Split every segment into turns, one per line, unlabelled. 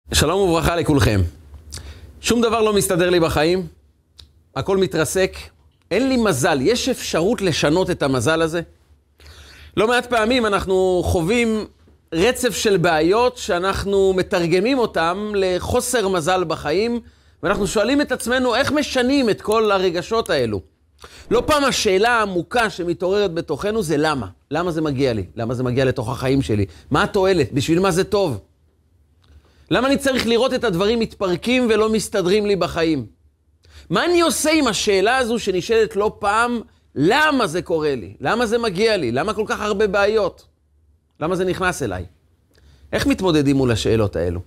שלום וברכה לכולכם. שום דבר לא מסתדר לי בחיים, הכל מתרסק, אין לי מזל. יש אפשרות לשנות את המזל הזה? לא מעט פעמים אנחנו חווים רצף של בעיות שאנחנו מתרגמים אותם לחוסר מזל בחיים, ואנחנו שואלים את עצמנו איך משנים את כל הרגשות האלו. לא פעם השאלה העמוקה שמתעוררת בתוכנו זה למה? למה זה מגיע לי? למה זה מגיע לתוך החיים שלי? מה התועלת? בשביל מה זה טוב? למה אני צריך לראות את הדברים מתפרקים ולא מסתדרים לי בחיים? מה אני עושה עם השאלה הזו שנשאלת לא פעם, למה זה קורה לי? למה זה מגיע לי? למה כל כך הרבה בעיות? למה זה נכנס אליי? איך מתמודדים מול השאלות האלו?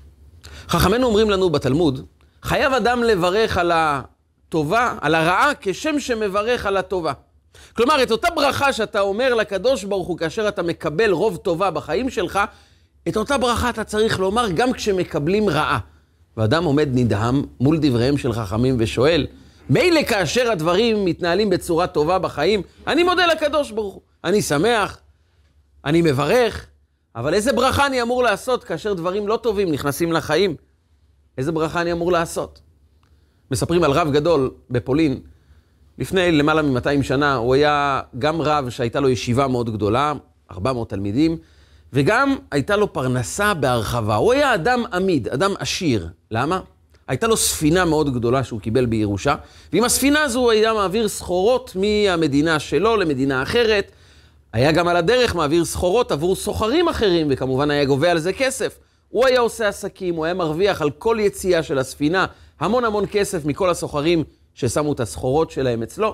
חכמינו אומרים לנו בתלמוד, חייב אדם לברך על הטובה, על הרעה, כשם שמברך על הטובה. כלומר, את אותה ברכה שאתה אומר לקדוש ברוך הוא, כאשר אתה מקבל רוב טובה בחיים שלך, את אותה ברכה אתה צריך לומר גם כשמקבלים רעה. ואדם עומד נדהם מול דבריהם של חכמים ושואל, מילא כאשר הדברים מתנהלים בצורה טובה בחיים, אני מודה לקדוש ברוך הוא, אני שמח, אני מברך, אבל איזה ברכה אני אמור לעשות כאשר דברים לא טובים נכנסים לחיים? איזה ברכה אני אמור לעשות? מספרים על רב גדול בפולין, לפני למעלה מ-200 שנה, הוא היה גם רב שהייתה לו ישיבה מאוד גדולה, 400 תלמידים, וגם הייתה לו פרנסה בהרחבה. הוא היה אדם עמיד, אדם עשיר. למה? הייתה לו ספינה מאוד גדולה שהוא קיבל בירושה, ועם הספינה הזו הוא היה מעביר סחורות מהמדינה שלו למדינה אחרת. היה גם על הדרך מעביר סחורות עבור סוחרים אחרים, וכמובן היה גובה על זה כסף. הוא היה עושה עסקים, הוא היה מרוויח על כל יציאה של הספינה המון כסף מכל הסוחרים ששמו את הסחורות שלהם אצלו.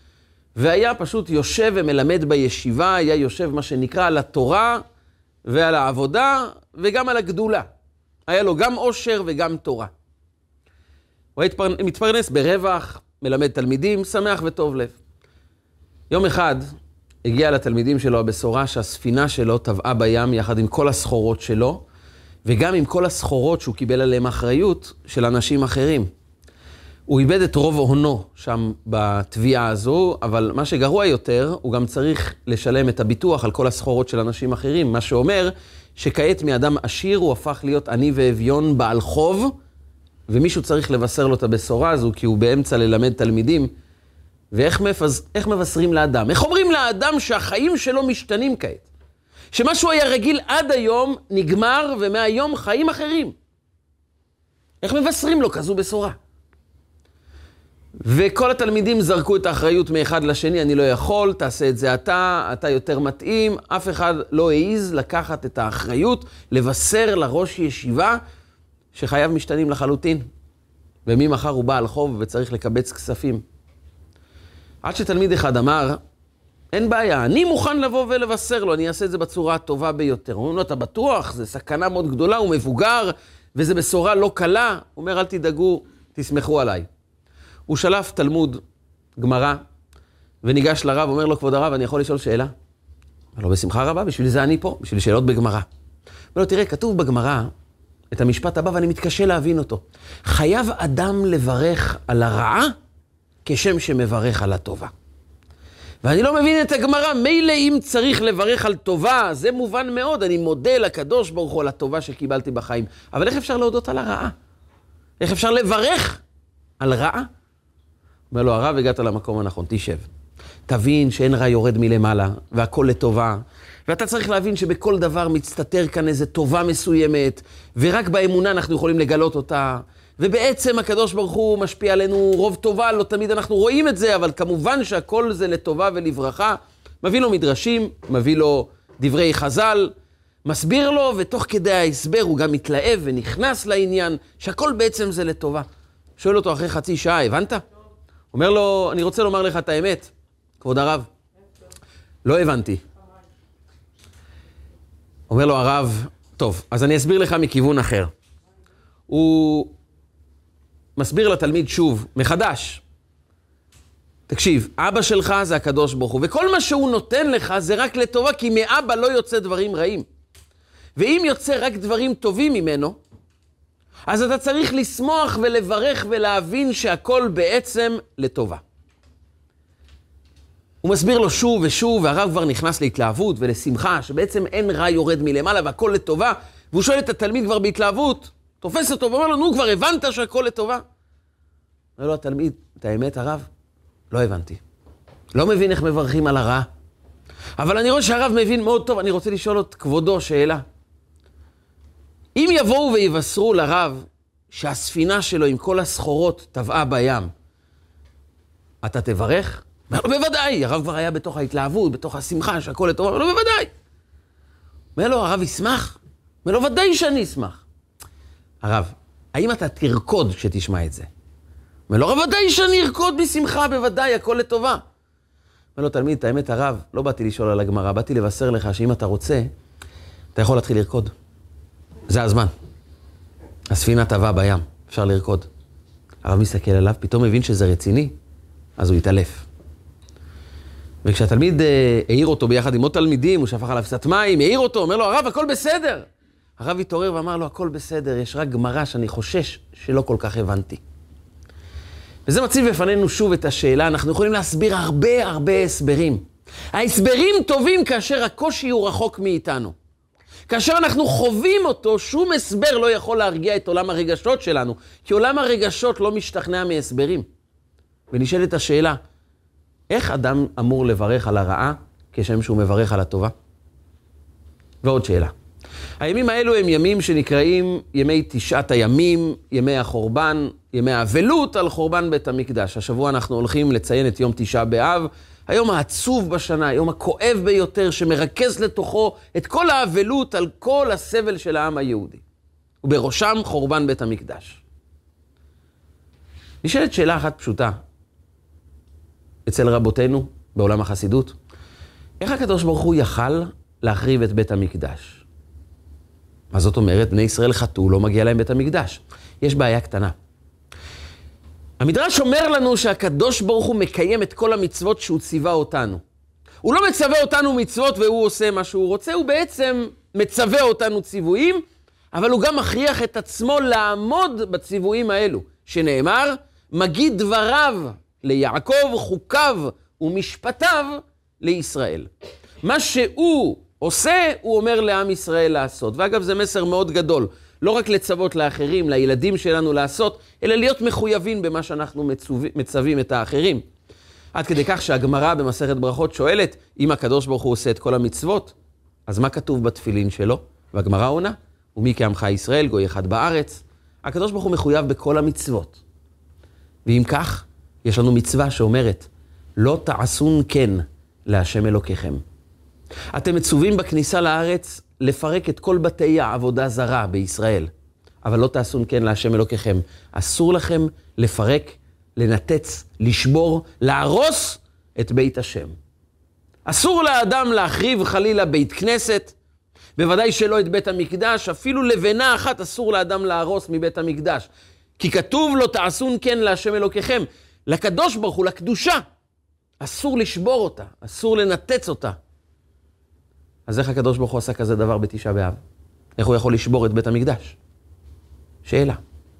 והיה פשוט יושב ומלמד בישיבה, היה יושב מה שנקרא על התורה ועל העבודה וגם על הגדולה. היה לו גם עושר וגם תורה. הוא היה מתפרנס ברווח, מלמד תלמידים, שמח וטוב לב. יום אחד הגיע לתלמידים שלו הבשורה שהספינה שלו טבעה בים יחד עם כל הסחורות שלו, וגם עם כל הסחורות שהוא קיבל עליהם אחריות של אנשים אחרים. הוא איבד את רוב הונו שם בתביעה הזו, אבל מה שגרוע יותר, הוא גם צריך לשלם את הביטוח על כל הסחורות של אנשים אחרים, מה שאומר שכעת מאדם עשיר הוא הפך להיות עני ואביון בעל חוב, ומישהו צריך לבשר לו את הבשורה הזו, כי הוא באמצע ללמד תלמידים. ואיך מבשרים לאדם? איך אומרים לאדם שהחיים שלו משתנים כעת? שמשהו היה רגיל עד היום נגמר, ומהיום חיים אחרים. איך מבשרים לו כזו בשורה? וכל התלמידים זרקו את האחריות מאחד לשני, אני לא יכול, תעשה את זה אתה יותר מתאים. אף אחד לא העיז לקחת את האחריות, לבשר לראש ישיבה שחייו משתנים לחלוטין. וממחר הוא בא על חוב וצריך לקבץ כספים. עד שתלמיד אחד אמר, אין בעיה, אני מוכן לבוא ולבשר לו, אני אעשה את זה בצורה הטובה ביותר. הוא אומר לו, אתה בטוח, זה סכנה מאוד גדולה, הוא מבוגר, וזה בשורה לא קלה. הוא אומר, אל תדאגו, תסמכו עליי. הוא שלף תלמוד גמרא, וניגש לרב, אומר לו, כבוד הרב, אני יכול לשאול שאלה? אמר לו, בשמחה רבה, בשביל זה אני פה, בשביל שאלות בגמרא. אומר לו, תראה, כתוב בגמרא את המשפט הבא, ואני מתקשה להבין אותו. חייב אדם לברך על הרעה, כשם שמברך על הטובה. ואני לא מבין את הגמרא, מילא אם צריך לברך על טובה, זה מובן מאוד, אני מודה לקדוש ברוך הוא על הטובה שקיבלתי בחיים. אבל איך אפשר להודות על הרעה? איך אפשר לברך על רעה? אומר לו, הרב, הגעת למקום הנכון, תשב. תבין שאין רע יורד מלמעלה, והכל לטובה. ואתה צריך להבין שבכל דבר מצטטר כאן איזו טובה מסוימת, ורק באמונה אנחנו יכולים לגלות אותה. ובעצם הקדוש ברוך הוא משפיע עלינו רוב טובה, לא תמיד אנחנו רואים את זה, אבל כמובן שהכל זה לטובה ולברכה. מביא לו מדרשים, מביא לו דברי חז"ל, מסביר לו, ותוך כדי ההסבר הוא גם מתלהב ונכנס לעניין, שהכל בעצם זה לטובה. שואל אותו אחרי חצי שעה, הבנת? אומר לו, אני רוצה לומר לך את האמת, כבוד הרב. לא הבנתי. אומר לו הרב, טוב, אז אני אסביר לך מכיוון אחר. הוא מסביר לתלמיד שוב, מחדש. תקשיב, אבא שלך זה הקדוש ברוך הוא, וכל מה שהוא נותן לך זה רק לטובה, כי מאבא לא יוצא דברים רעים. ואם יוצא רק דברים טובים ממנו, אז אתה צריך לשמוח ולברך ולהבין שהכל בעצם לטובה. הוא מסביר לו שוב ושוב, והרב כבר נכנס להתלהבות ולשמחה, שבעצם אין רע יורד מלמעלה והכל לטובה, והוא שואל את התלמיד כבר בהתלהבות, תופס אותו ואומר לו, נו, כבר הבנת שהכל לטובה? אומר לו התלמיד, את האמת הרב? לא הבנתי. לא מבין איך מברכים על הרע. אבל אני רואה שהרב מבין מאוד טוב, אני רוצה לשאול את כבודו שאלה. אם יבואו ויבשרו לרב שהספינה שלו עם כל הסחורות טבעה בים, אתה תברך? אומר לו, בוודאי, הרב כבר היה בתוך ההתלהבות, בתוך השמחה, שהכל לטובה, אומר לו, בוודאי. אומר לו, הרב ישמח? אומר לו, ודאי שאני אשמח. הרב, האם אתה תרקוד כשתשמע את זה? אומר לו, ודאי שאני ארקוד בשמחה, בוודאי, הכל לטובה. אומר לו, תלמיד, את האמת הרב, לא באתי לשאול על הגמרא, באתי לבשר לך שאם אתה רוצה, אתה יכול להתחיל לרקוד. זה הזמן. הספינה טבעה בים, אפשר לרקוד. הרב מסתכל עליו, פתאום מבין שזה רציני, אז הוא התעלף. וכשהתלמיד העיר אותו ביחד עם עוד תלמידים, הוא שפך עליו קצת מים, העיר אותו, אומר לו, הרב, הכל בסדר. הרב התעורר ואמר לו, הכל בסדר, יש רק גמרא שאני חושש שלא כל כך הבנתי. וזה מציב בפנינו שוב את השאלה, אנחנו יכולים להסביר הרבה הסברים. ההסברים טובים כאשר הקושי הוא רחוק מאיתנו. כאשר אנחנו חווים אותו, שום הסבר לא יכול להרגיע את עולם הרגשות שלנו, כי עולם הרגשות לא משתכנע מהסברים. ונשאלת השאלה, איך אדם אמור לברך על הרעה כשם שהוא מברך על הטובה? ועוד שאלה. הימים האלו הם ימים שנקראים ימי 9 הימים, ימי החורבן, ימי האבלות על חורבן בית המקדש. השבוע אנחנו הולכים לציין את יום 9 באב, היום העצוב בשנה, היום הכואב ביותר שמרכז לתוכו את כל האבלות על כל הסבל של העם היהודי. ובראשם חורבן בית המקדש. נשאלת שאלה אחת פשוטה. אצל רבותינו בעולם החסידות, איך הקדוש ברוך הוא יכל להחריב את בית המקדש? מה זאת אומרת? בני ישראל חטאו, לא מגיע להם בית המקדש. יש בעיה קטנה. המדרש אומר לנו שהקדוש ברוך הוא מקיים את כל המצוות שהוא ציווה אותנו. הוא לא מצווה אותנו מצוות והוא עושה מה שהוא רוצה, הוא בעצם מצווה אותנו ציוויים, אבל הוא גם מכריח את עצמו לעמוד בציוויים האלו, שנאמר, מגיד דבריו ליעקב, חוקיו ומשפטיו לישראל. מה שהוא עושה, הוא אומר לעם ישראל לעשות. ואגב, זה מסר מאוד גדול. לא רק לצוות לאחרים, לילדים שלנו לעשות, אלא להיות מחויבים במה שאנחנו מצווים את האחרים. עד כדי כך שהגמרא במסכת ברכות שואלת, אם הקדוש ברוך הוא עושה את כל המצוות, אז מה כתוב בתפילין שלו? והגמרא עונה, ומי כעמך ישראל, גוי אחד בארץ. הקדוש ברוך הוא מחויב בכל המצוות. ואם כך, יש לנו מצווה שאומרת, לא תעשון כן להשם אלוקיכם. אתם מצווים בכניסה לארץ לפרק את כל בתי העבודה זרה בישראל. אבל לא תעשון כן להשם אלוקיכם. אסור לכם לפרק, לנתץ, לשבור, להרוס את בית השם. אסור לאדם להחריב חלילה בית כנסת, בוודאי שלא את בית המקדש, אפילו לבנה אחת אסור לאדם להרוס מבית המקדש. כי כתוב לא תעשון כן להשם אלוקיכם. לקדוש ברוך הוא, לקדושה, אסור לשבור אותה, אסור לנתץ אותה. אז איך הקדוש ברוך הוא עשה כזה דבר בתשעה באב? איך הוא יכול לשבור את בית המקדש? שאלה.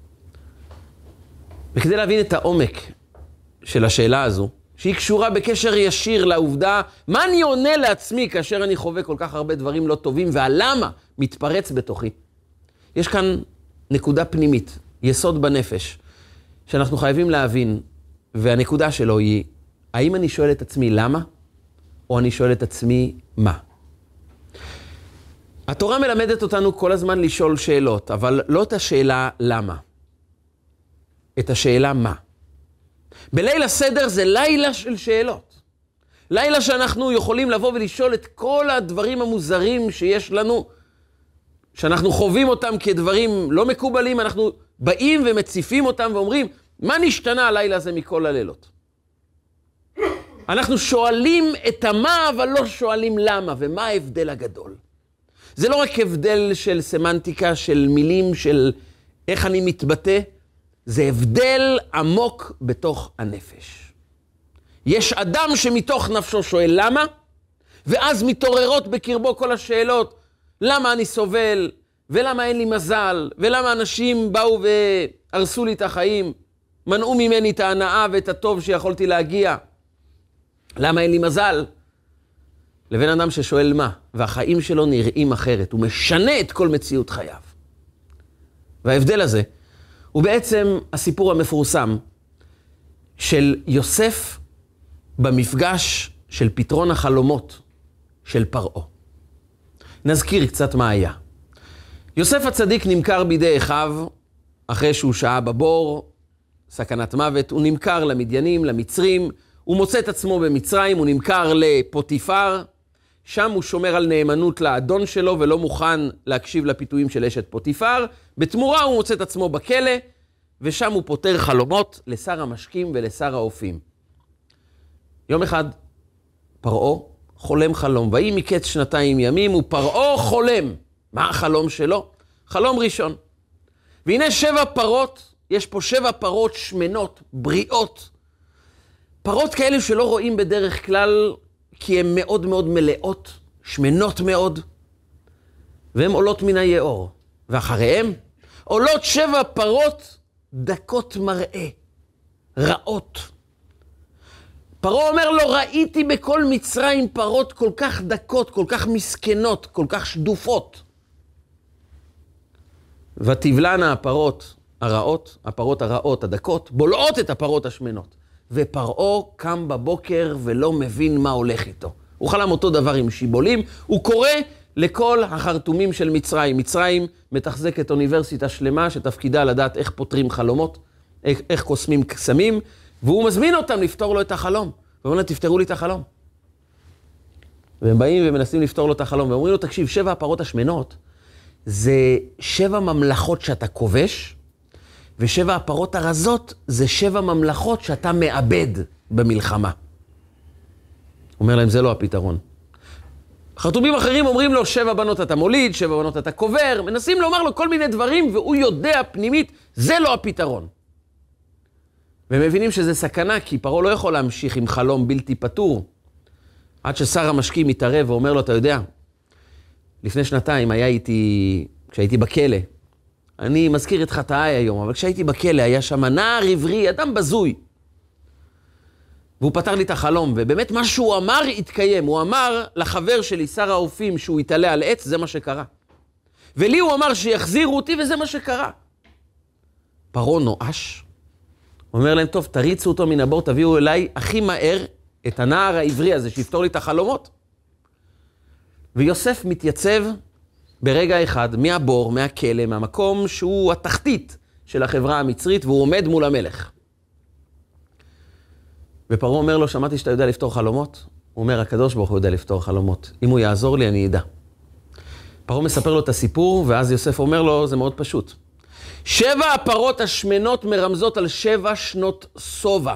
וכדי להבין את העומק של השאלה הזו, שהיא קשורה בקשר ישיר לעובדה, מה אני עונה לעצמי כאשר אני חווה כל כך הרבה דברים לא טובים, והלמה מתפרץ בתוכי? יש כאן נקודה פנימית, יסוד בנפש, שאנחנו חייבים להבין, והנקודה שלו היא, האם אני שואל את עצמי למה, או אני שואל את עצמי מה? התורה מלמדת אותנו כל הזמן לשאול שאלות, אבל לא את השאלה למה, את השאלה מה. בליל הסדר זה לילה של שאלות. לילה שאנחנו יכולים לבוא ולשאול את כל הדברים המוזרים שיש לנו, שאנחנו חווים אותם כדברים לא מקובלים, אנחנו באים ומציפים אותם ואומרים, מה נשתנה הלילה הזה מכל הלילות? אנחנו שואלים את המה, אבל לא שואלים למה, ומה ההבדל הגדול? זה לא רק הבדל של סמנטיקה, של מילים, של איך אני מתבטא, זה הבדל עמוק בתוך הנפש. יש אדם שמתוך נפשו שואל למה, ואז מתעוררות בקרבו כל השאלות, למה אני סובל, ולמה אין לי מזל, ולמה אנשים באו והרסו לי את החיים, מנעו ממני את ההנאה ואת הטוב שיכולתי להגיע. למה אין לי מזל? לבין אדם ששואל מה, והחיים שלו נראים אחרת, הוא משנה את כל מציאות חייו. וההבדל הזה הוא בעצם הסיפור המפורסם של יוסף במפגש של פתרון החלומות של פרעה. נזכיר קצת מה היה. יוסף הצדיק נמכר בידי אחיו, אחרי שהוא שעה בבור, סכנת מוות, הוא נמכר למדיינים, למצרים, הוא מוצא את עצמו במצרים, הוא נמכר לפוטיפר, שם הוא שומר על נאמנות לאדון שלו ולא מוכן להקשיב לפיתויים של אשת פוטיפר, בתמורה הוא מוצא את עצמו בכלא, ושם הוא פותר חלומות לשר המשקים ולשר האופים. יום אחד פרעה חולם חלום, ויהי מקץ 2 ימים, ופרעה חולם. מה החלום שלו? חלום ראשון. והנה 7 פרות, יש פה 7 פרות שמנות, בריאות. פרות כאלה שלא רואים בדרך כלל, כי הן מאוד מאוד מלאות, שמנות מאוד, והן עולות מן היאור. ואחריהם עולות 7 פרות דקות מראה, רעות. פרעה אומר לו, ראיתי בכל מצרים פרות כל כך דקות, כל כך מסכנות, כל כך שדופות. ותבלענה הפרות הרעות, הפרות הרעות, הדקות, בולעות את הפרות השמנות. ופרעה קם בבוקר ולא מבין מה הולך איתו. הוא חלם אותו דבר עם שיבולים, הוא קורא לכל החרטומים של מצרים. מצרים מתחזקת אוניברסיטה שלמה שתפקידה לדעת איך פותרים חלומות, איך קוסמים קסמים, והוא מזמין אותם לפתור לו את החלום. ואומרים לו, תפתרו לי את החלום. והם באים ומנסים לפתור לו את החלום, ואומרים לו, תקשיב, 7 הפרות השמנות, זה 7 ממלכות שאתה כובש, ו7 הפרות הרזות זה 7 ממלכות שאתה מאבד במלחמה. אומר להם, זה לא הפתרון. חרטומים אחרים אומרים לו, 7 בנות אתה מוליד, 7 בנות אתה קובר, מנסים לומר לו כל מיני דברים, והוא יודע פנימית, זה לא הפתרון. והם מבינים שזה סכנה, כי פרעה לא יכול להמשיך עם חלום בלתי פתור, עד ששר המשקים מתערב ואומר לו, אתה יודע, לפני 2 היה איתי, כשהייתי בכלא, אני מזכיר את חטאי היום, אבל כשהייתי בכלא היה שם נער עברי, אדם בזוי. והוא פתר לי את החלום, ובאמת מה שהוא אמר התקיים. הוא אמר לחבר שלי, שר האופים, שהוא יתעלה על עץ, זה מה שקרה. ולי הוא אמר שיחזירו אותי, וזה מה שקרה. פרעה נואש, הוא אומר להם, טוב, תריצו אותו מן הבור, תביאו אליי הכי מהר את הנער העברי הזה, שיפתור לי את החלומות. ויוסף מתייצב ברגע אחד מהבור, מהכלא, מהמקום שהוא התחתית של החברה המצרית, והוא עומד מול המלך. ופרעה אומר לו, שמעתי שאתה יודע לפתור חלומות? הוא אומר, הקדוש ברוך הוא יודע לפתור חלומות. אם הוא יעזור לי, אני אדע. פרעה מספר לו את הסיפור, ואז יוסף אומר לו, זה מאוד פשוט. 7 הפרות השמנות מרמזות על 7 שנות סובה.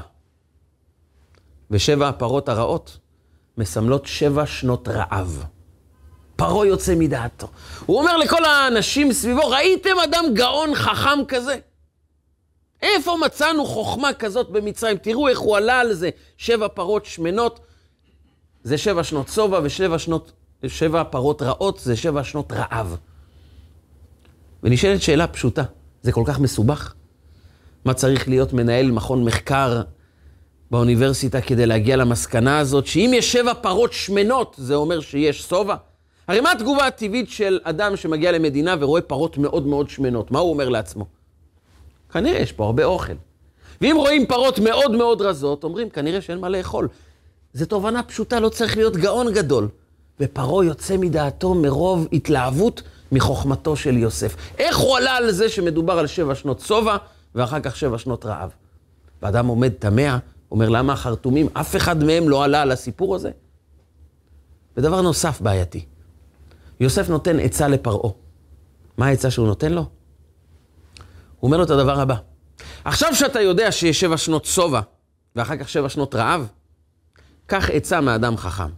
ו7 הפרות הרעות מסמלות 7 שנות רעב. פרעה יוצא מדעתו. הוא אומר לכל האנשים סביבו, ראיתם אדם גאון חכם כזה? איפה מצאנו חוכמה כזאת במצרים? תראו איך הוא עלה על זה. 7 פרות שמנות, זה 7 שנות סובה, ו7 פרות רעות, זה 7 שנות רעב. ונשאלת שאלה פשוטה, זה כל כך מסובך? מה צריך להיות מנהל מכון מחקר באוניברסיטה כדי להגיע למסקנה הזאת, שאם יש 7 פרות שמנות, זה אומר שיש סובה? הרי מה התגובה הטבעית של אדם שמגיע למדינה ורואה פרות מאוד מאוד שמנות? מה הוא אומר לעצמו? כנראה יש פה הרבה אוכל. ואם רואים פרות מאוד מאוד רזות, אומרים, כנראה שאין מה לאכול. זו תובנה פשוטה, לא צריך להיות גאון גדול. ופרעה יוצא מדעתו מרוב התלהבות מחוכמתו של יוסף. איך הוא עלה על זה שמדובר על 7 שנות סובה, ואחר כך 7 שנות רעב? ואדם עומד תמה, אומר, למה החרטומים, אף אחד מהם לא עלה על הסיפור הזה? ודבר נוסף בעייתי. יוסף נותן עצה לפרעה. מה העצה שהוא נותן לו? הוא אומר לו את הדבר הבא. עכשיו שאתה יודע שיש 7 שנות סובה, ואחר כך 7 שנות רעב, קח עצה מאדם חכם.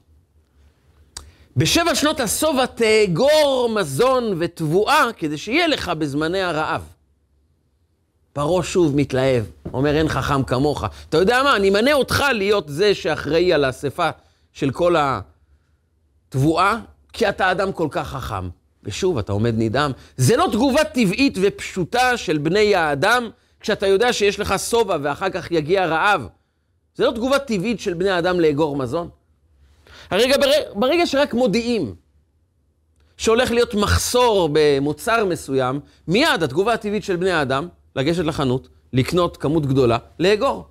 ב7 שנות הסובה תאגור מזון ותבואה, כדי שיהיה לך בזמני הרעב. פרעה שוב מתלהב, אומר, אין חכם כמוך. אתה יודע מה, אני מנה אותך להיות זה שאחראי על האספה של כל התבואה, כי אתה אדם כל כך חכם. ושוב, אתה עומד נדהם. זה לא תגובה טבעית ופשוטה של בני האדם, כשאתה יודע שיש לך סובה ואחר כך יגיע רעב. זה לא תגובה טבעית של בני האדם לאגור מזון. ברגע שרק מודיעים שהולך להיות מחסור במוצר מסוים, מיד התגובה הטבעית של בני האדם, לגשת לחנות, לקנות כמות גדולה, לאגור.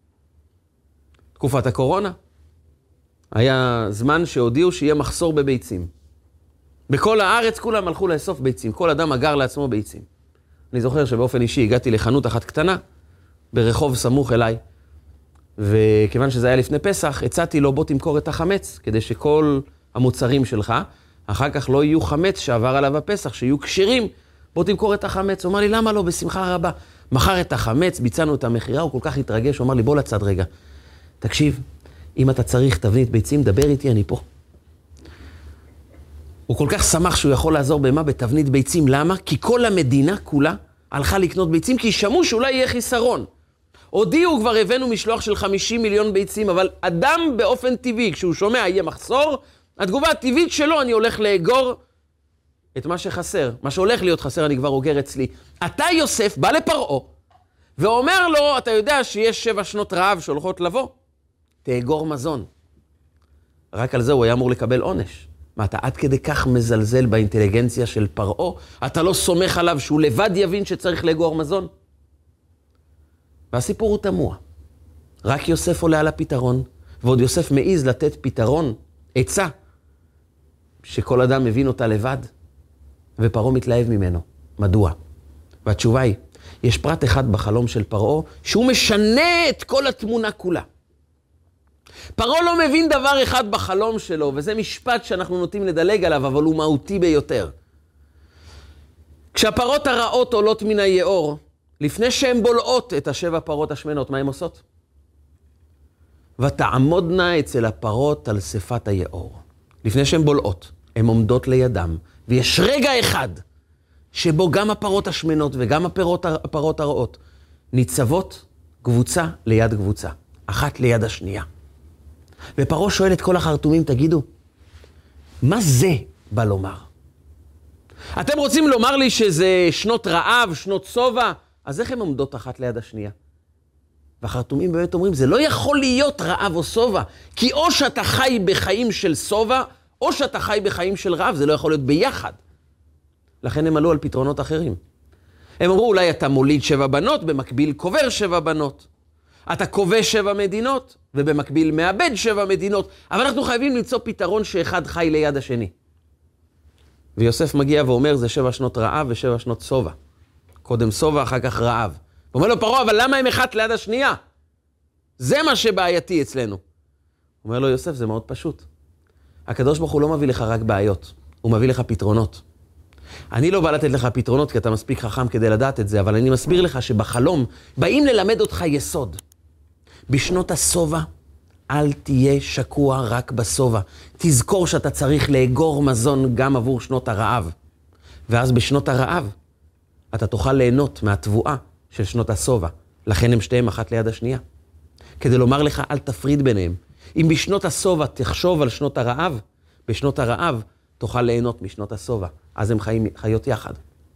תקופת הקורונה. היה זמן שהודיעו שיהיה מחסור בביצים. בכל הארץ כולם הלכו לאסוף ביצים, כל אדם אגר לעצמו ביצים. אני זוכר שבאופן אישי הגעתי לחנות אחת קטנה, ברחוב סמוך אליי, וכיוון שזה היה לפני פסח, הצעתי לו בוא תמכור את החמץ, כדי שכל המוצרים שלך, אחר כך לא יהיו חמץ שעבר עליו הפסח, שיהיו קשירים, בוא תמכור את החמץ. הוא אמר לי, למה לא? בשמחה רבה. מכר את החמץ, ביצענו את המחירה, הוא כל כך התרגש, הוא אמר לי, בוא לצד רגע. תקשיב, אם אתה צריך תבנית ביצים, דבר איתי, אני פה. הוא כל כך שמח שהוא יכול לעזור במה? בתבנית ביצים. למה? כי כל המדינה כולה הלכה לקנות ביצים, כי שמעו שאולי יהיה חיסרון. הודיעו, כבר הבאנו משלוח של 50 מיליון ביצים, אבל אדם באופן טבעי, כשהוא שומע יהיה מחסור, התגובה הטבעית שלו, אני הולך לאגור את מה שחסר. מה שהולך להיות חסר, אני כבר אוגר אצלי. אתה, יוסף, בא לפרעה, ואומר לו, אתה יודע שיש 7 שנות רעב שהולכות לבוא, תאגור מזון. רק על זה הוא היה אמור לקבל עונש. מה, אתה עד כדי כך מזלזל באינטליגנציה של פרעה? אתה לא סומך עליו שהוא לבד יבין שצריך לאגור מזון? והסיפור הוא תמוה. רק יוסף עולה על הפתרון, ועוד יוסף מעיז לתת פתרון, עצה, שכל אדם מבין אותה לבד, ופרעה מתלהב ממנו. מדוע? והתשובה היא, יש פרט אחד בחלום של פרעה, שהוא משנה את כל התמונה כולה. פרעה לא מבין דבר אחד בחלום שלו, וזה משפט שאנחנו נוטים לדלג עליו, אבל הוא מהותי ביותר. כשהפרות הרעות עולות מן היאור, לפני שהן בולעות את 7 פרות השמנות, מה הן עושות? ותעמודנה אצל הפרות על שפת היאור. לפני שהן בולעות, הן עומדות לידם, ויש רגע אחד שבו גם הפרות השמנות וגם הפרות הרעות ניצבות קבוצה ליד קבוצה, אחת ליד השנייה. ופרעה שואל את כל החרטומים, תגידו, מה זה בא לומר? אתם רוצים לומר לי שזה שנות רעב, שנות סובה? אז איך הן עומדות אחת ליד השנייה? והחרטומים באמת אומרים, זה לא יכול להיות רעב או סובה, כי או שאתה חי בחיים של סובה, או שאתה חי בחיים של רעב, זה לא יכול להיות ביחד. לכן הם עלו על פתרונות אחרים. הם אמרו, אולי אתה מוליד 7 בנות, במקביל קובר 7 בנות. אתה כובש 7 מדינות, ובמקביל מאבד 7 מדינות, אבל אנחנו חייבים למצוא פתרון שאחד חי ליד השני. ויוסף מגיע ואומר, זה 7 שנות רעב ו7 שנות סובה. קודם סובה, אחר כך רעב. הוא אומר לו, פרעה, אבל למה הם אחת ליד השנייה? זה מה שבעייתי אצלנו. הוא אומר לו, יוסף, זה מאוד פשוט. הקדוש ברוך הוא לא מביא לך רק בעיות, הוא מביא לך פתרונות. אני לא בא לתת לך פתרונות, כי אתה מספיק חכם כדי לדעת את זה, אבל אני מסביר לך שבחלום באים ללמד אותך יסוד. בשנות הסובה, אל תהיה שקוע רק בסובה. תזכור שאתה צריך לאגור מזון גם עבור שנות הרעב. ואז בשנות הרעב, אתה תוכל ליהנות מהתבואה של שנות הסובה. לכן הם שתיהם אחת ליד השנייה. כדי לומר לך, אל תפריד ביניהם. אם בשנות הסובה תחשוב על שנות הרעב, בשנות הרעב תוכל ליהנות משנות הסובה. אז הם חיות יחד.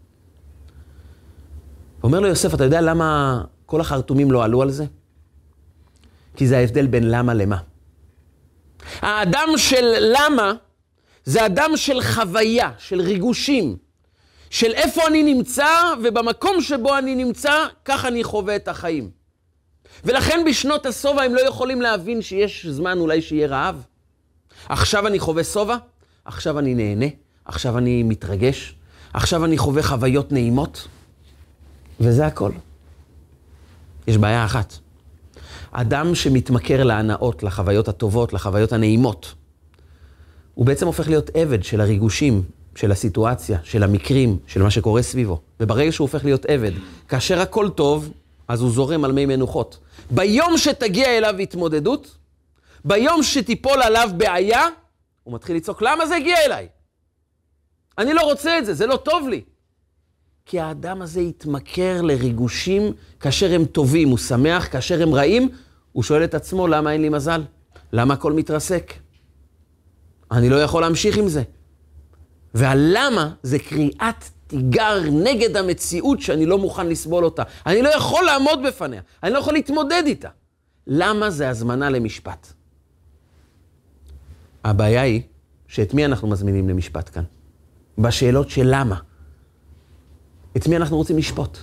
אומר לו יוסף, אתה יודע למה כל החרטומים לא עלו על זה? כי זה ההבדל בין למה למה. האדם של למה זה אדם של חוויה, של ריגושים, של איפה אני נמצא, ובמקום שבו אני נמצא, כך אני חווה את החיים. ולכן בשנות הסובה הם לא יכולים להבין שיש זמן אולי שיהיה רעב. עכשיו אני חווה סובה, עכשיו אני נהנה, עכשיו אני מתרגש, עכשיו אני חווה חוויות נעימות, וזה הכל. יש בעיה אחת. אדם שמתמכר להנאות, לחוויות הטובות, לחוויות הנעימות, הוא בעצם הופך להיות עבד של הריגושים, של הסיטואציה, של המקרים, של מה שקורה סביבו. וברגע שהוא הופך להיות עבד, כאשר הכל טוב, אז הוא זורם על מי מנוחות. ביום שתגיע אליו התמודדות, ביום שתיפול עליו בעיה, הוא מתחיל לצעוק, למה זה הגיע אליי? אני לא רוצה את זה, זה לא טוב לי. כי האדם הזה יתמכר לריגושים כאשר הם טובים, הוא שמח, כאשר הם רעים, הוא שואל את עצמו, למה אין לי מזל? למה הכל מתרסק? אני לא יכול להמשיך עם זה. והלמה זה קריאת תיגר נגד המציאות שאני לא מוכן לסבול אותה. אני לא יכול לעמוד בפניה, אני לא יכול להתמודד איתה. למה זה הזמנה למשפט? הבעיה היא שאת מי אנחנו מזמינים למשפט כאן? בשאלות של למה. את מי אנחנו רוצים לשפוט?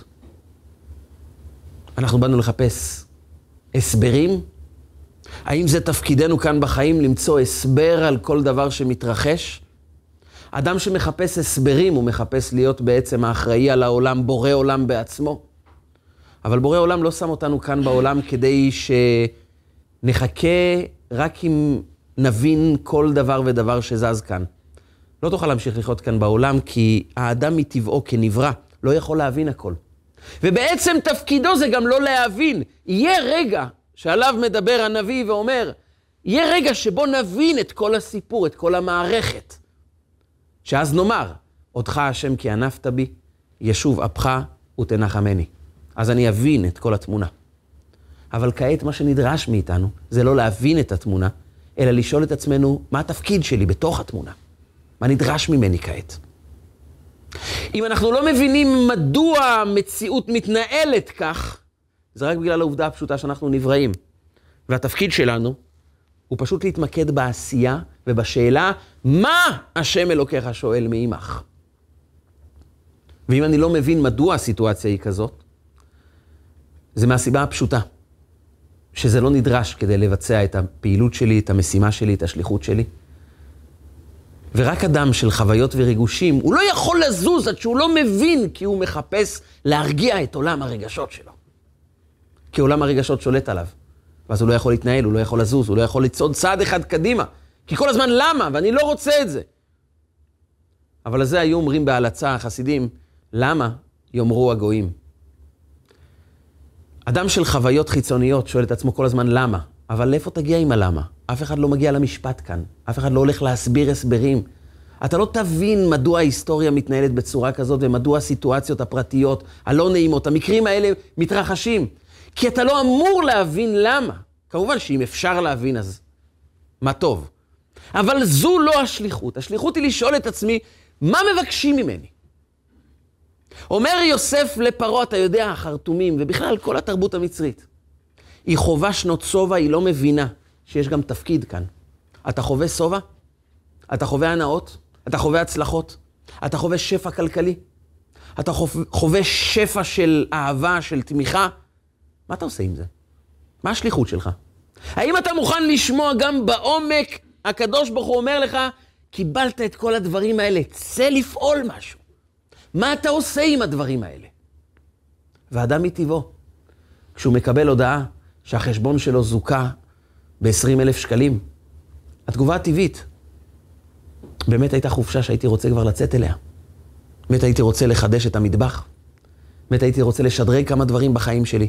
אנחנו באנו לחפש הסברים? האם זה תפקידנו כאן בחיים למצוא הסבר על כל דבר שמתרחש? אדם שמחפש הסברים, הוא מחפש להיות בעצם האחראי על העולם, בורא עולם בעצמו. אבל בורא עולם לא שם אותנו כאן בעולם כדי שנחכה רק אם נבין כל דבר ודבר שזז כאן. לא תוכל להמשיך לחיות כאן בעולם, כי האדם מטבעו כנברא לא יכול להבין הכל. ובעצם תפקידו זה גם לא להבין. יהיה רגע שעליו מדבר הנביא ואומר, יהיה רגע שבו נבין את כל הסיפור, את כל המערכת. שאז נאמר, אותך השם כי ענפת בי, ישוב אפך ותנחמני. אז אני אבין את כל התמונה. אבל כעת מה שנדרש מאיתנו, זה לא להבין את התמונה, אלא לשאול את עצמנו, מה התפקיד שלי בתוך התמונה? מה נדרש ממני כעת? אם אנחנו לא מבינים מדוע המציאות מתנהלת כך, זה רק בגלל העובדה הפשוטה שאנחנו נבראים. והתפקיד שלנו הוא פשוט להתמקד בעשייה ובשאלה, מה השם אלוקיך שואל מעמך? ואם אני לא מבין מדוע הסיטואציה היא כזאת, זה מהסיבה הפשוטה, שזה לא נדרש כדי לבצע את הפעילות שלי, את המשימה שלי, את השליחות שלי. ורק אדם של חוויות וריגושים, הוא לא יכול לזוז עד שהוא לא מבין, כי הוא מחפש להרגיע את עולם הרגשות שלו. כי עולם הרגשות שולט עליו. ואז הוא לא יכול להתנהל, הוא לא יכול לזוז, הוא לא יכול לצעוד צעד אחד קדימה. כי כל הזמן למה? ואני לא רוצה את זה. אבל לזה היו אומרים בהלצה החסידים, למה יאמרו הגויים? אדם של חוויות חיצוניות שואל את עצמו כל הזמן למה, אבל לאיפה תגיע עם הלמה? אף אחד לא מגיע למשפט כאן, אף אחד לא הולך להסביר הסברים. אתה לא תבין מדוע ההיסטוריה מתנהלת בצורה כזאת, ומדוע הסיטואציות הפרטיות, הלא נעימות, המקרים האלה מתרחשים. כי אתה לא אמור להבין למה. כמובן שאם אפשר להבין אז מה טוב. אבל זו לא השליחות. השליחות היא לשאול את עצמי, מה מבקשים ממני? אומר יוסף לפרעה, אתה יודע, החרטומים, ובכלל כל התרבות המצרית. היא חובה שנות סובה, היא לא מבינה שיש גם תפקיד כאן. אתה חווה סובה? אתה חווה הנאות? אתה חווה הצלחות? אתה חווה שפע כלכלי? אתה חווה שפע של אהבה, של תמיכה? מה אתה עושה עם זה? מה השליחות שלך? האם אתה מוכן לשמוע גם בעומק, הקדוש ברוך הוא אומר לך, קיבלת את כל הדברים האלה, צא לפעול משהו. מה אתה עושה עם הדברים האלה? ואדם מטבעו, כשהוא מקבל הודעה שהחשבון שלו זוכה ב-20,000 שקלים, התגובה הטבעית, באמת הייתה חופשה שהייתי רוצה כבר לצאת אליה. באמת הייתי רוצה לחדש את המטבח. באמת הייתי רוצה לשדרג כמה דברים בחיים שלי.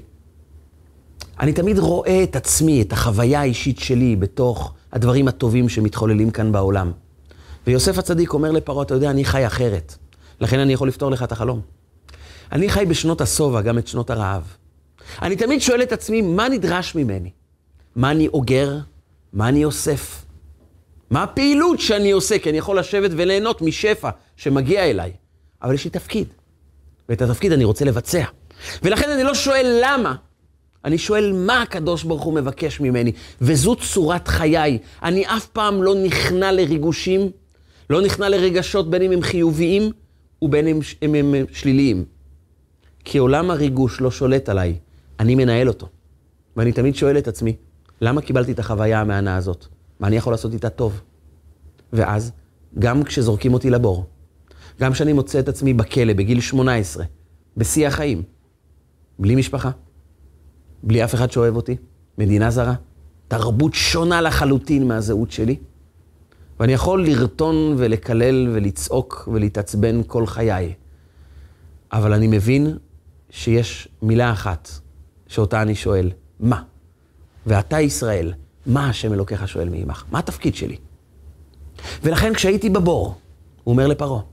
אני תמיד רואה את עצמי, את החוויה האישית שלי בתוך הדברים הטובים שמתחוללים כאן בעולם. ויוסף הצדיק אומר לפרעה, אתה יודע, אני חי אחרת. לכן אני יכול לפתור לך את החלום. אני חי בשנות הסובה, גם את שנות הרעב. אני תמיד שואל את עצמי, מה נדרש ממני? מה אני אוגר? מה אני אוסף? מה הפעילות שאני עושה? כי אני יכול לשבת וליהנות משפע שמגיע אליי. אבל יש לי תפקיד. ואת התפקיד אני רוצה לבצע. ולכן אני לא שואל למה. אני שואל מה הקדוש ברוך הוא מבקש ממני. וזו צורת חיי. אני אף פעם לא נכנע לריגושים, לא נכנע לרגשות בין אם הם חיוביים ובין אם הם שליליים. כי עולם הריגוש לא שולט עליי. אני מנהל אותו. ואני תמיד שואל את עצמי, למה קיבלתי את החוויה המענה הזאת? מה אני יכול לעשות איתה טוב? ואז, גם כשזורקים אותי לבור, גם כשאני מוצא את עצמי בכלא בגיל 18, בשיא החיים, בלי משפחה, בלי אף אחד שאוהב אותי, מדינה זרה, תרבות שונה לחלוטין מהזהות שלי, ואני יכול לרטון ולקלל ולצעוק ולהתעצבן כל חיי. אבל אני מבין שיש מילה אחת שאותה אני שואל, מה? ואתה ישראל, מה השם אלוקיך שואל מעמך? מה התפקיד שלי? ולכן כשהייתי בבור, הוא אומר לפרעה,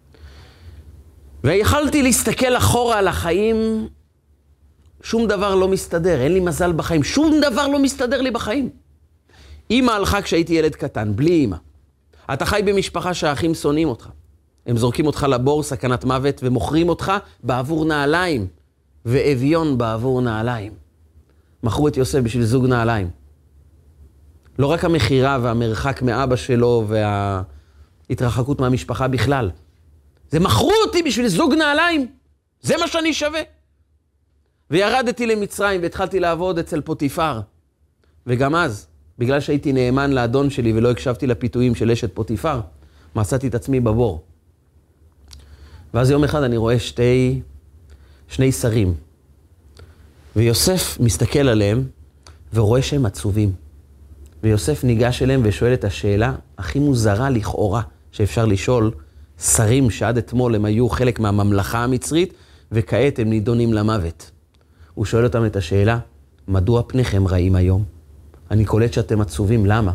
ויכלתי להסתכל אחורה על החיים, שום דבר לא מסתדר, אין לי מזל בחיים, שום דבר לא מסתדר לי בחיים. אמא הלכה כשהייתי ילד קטן, בלי אמא. אתה חי במשפחה שהאחים שונאים אותך. הם זורקים אותך לבור, סכנת מוות, ומוכרים אותך בעבור נעליים, ואביון בעבור נעליים. מכרו את יוסף בשביל זוג נעליים. לא רק המחירה והמרחק מאבא שלו וההתרחקות מהמשפחה בכלל, זה מכרו אותי בשביל זוג נעליים. זה מה שאני שווה. וירדתי למצרים והתחלתי לעבוד אצל פוטיפר. וגם אז, בגלל שהייתי נאמן לאדון שלי ולא הקשבתי לפיתויים של אשת פוטיפר, מצאתי את עצמי בבור. ואז יום אחד אני רואה שני שרים. ויוסף מסתכל עליהם ורואה שהם עצובים. ויוסף ניגש אליהם ושואל את השאלה הכי מוזרה לכאורה שאפשר לשאול שרים שעד אתמול הם היו חלק מהממלכה המצרית וכעת הם נידונים למוות. הוא שואל אותם את השאלה, מדוע פניכם רעים היום? אני קולט שאתם עצובים, למה?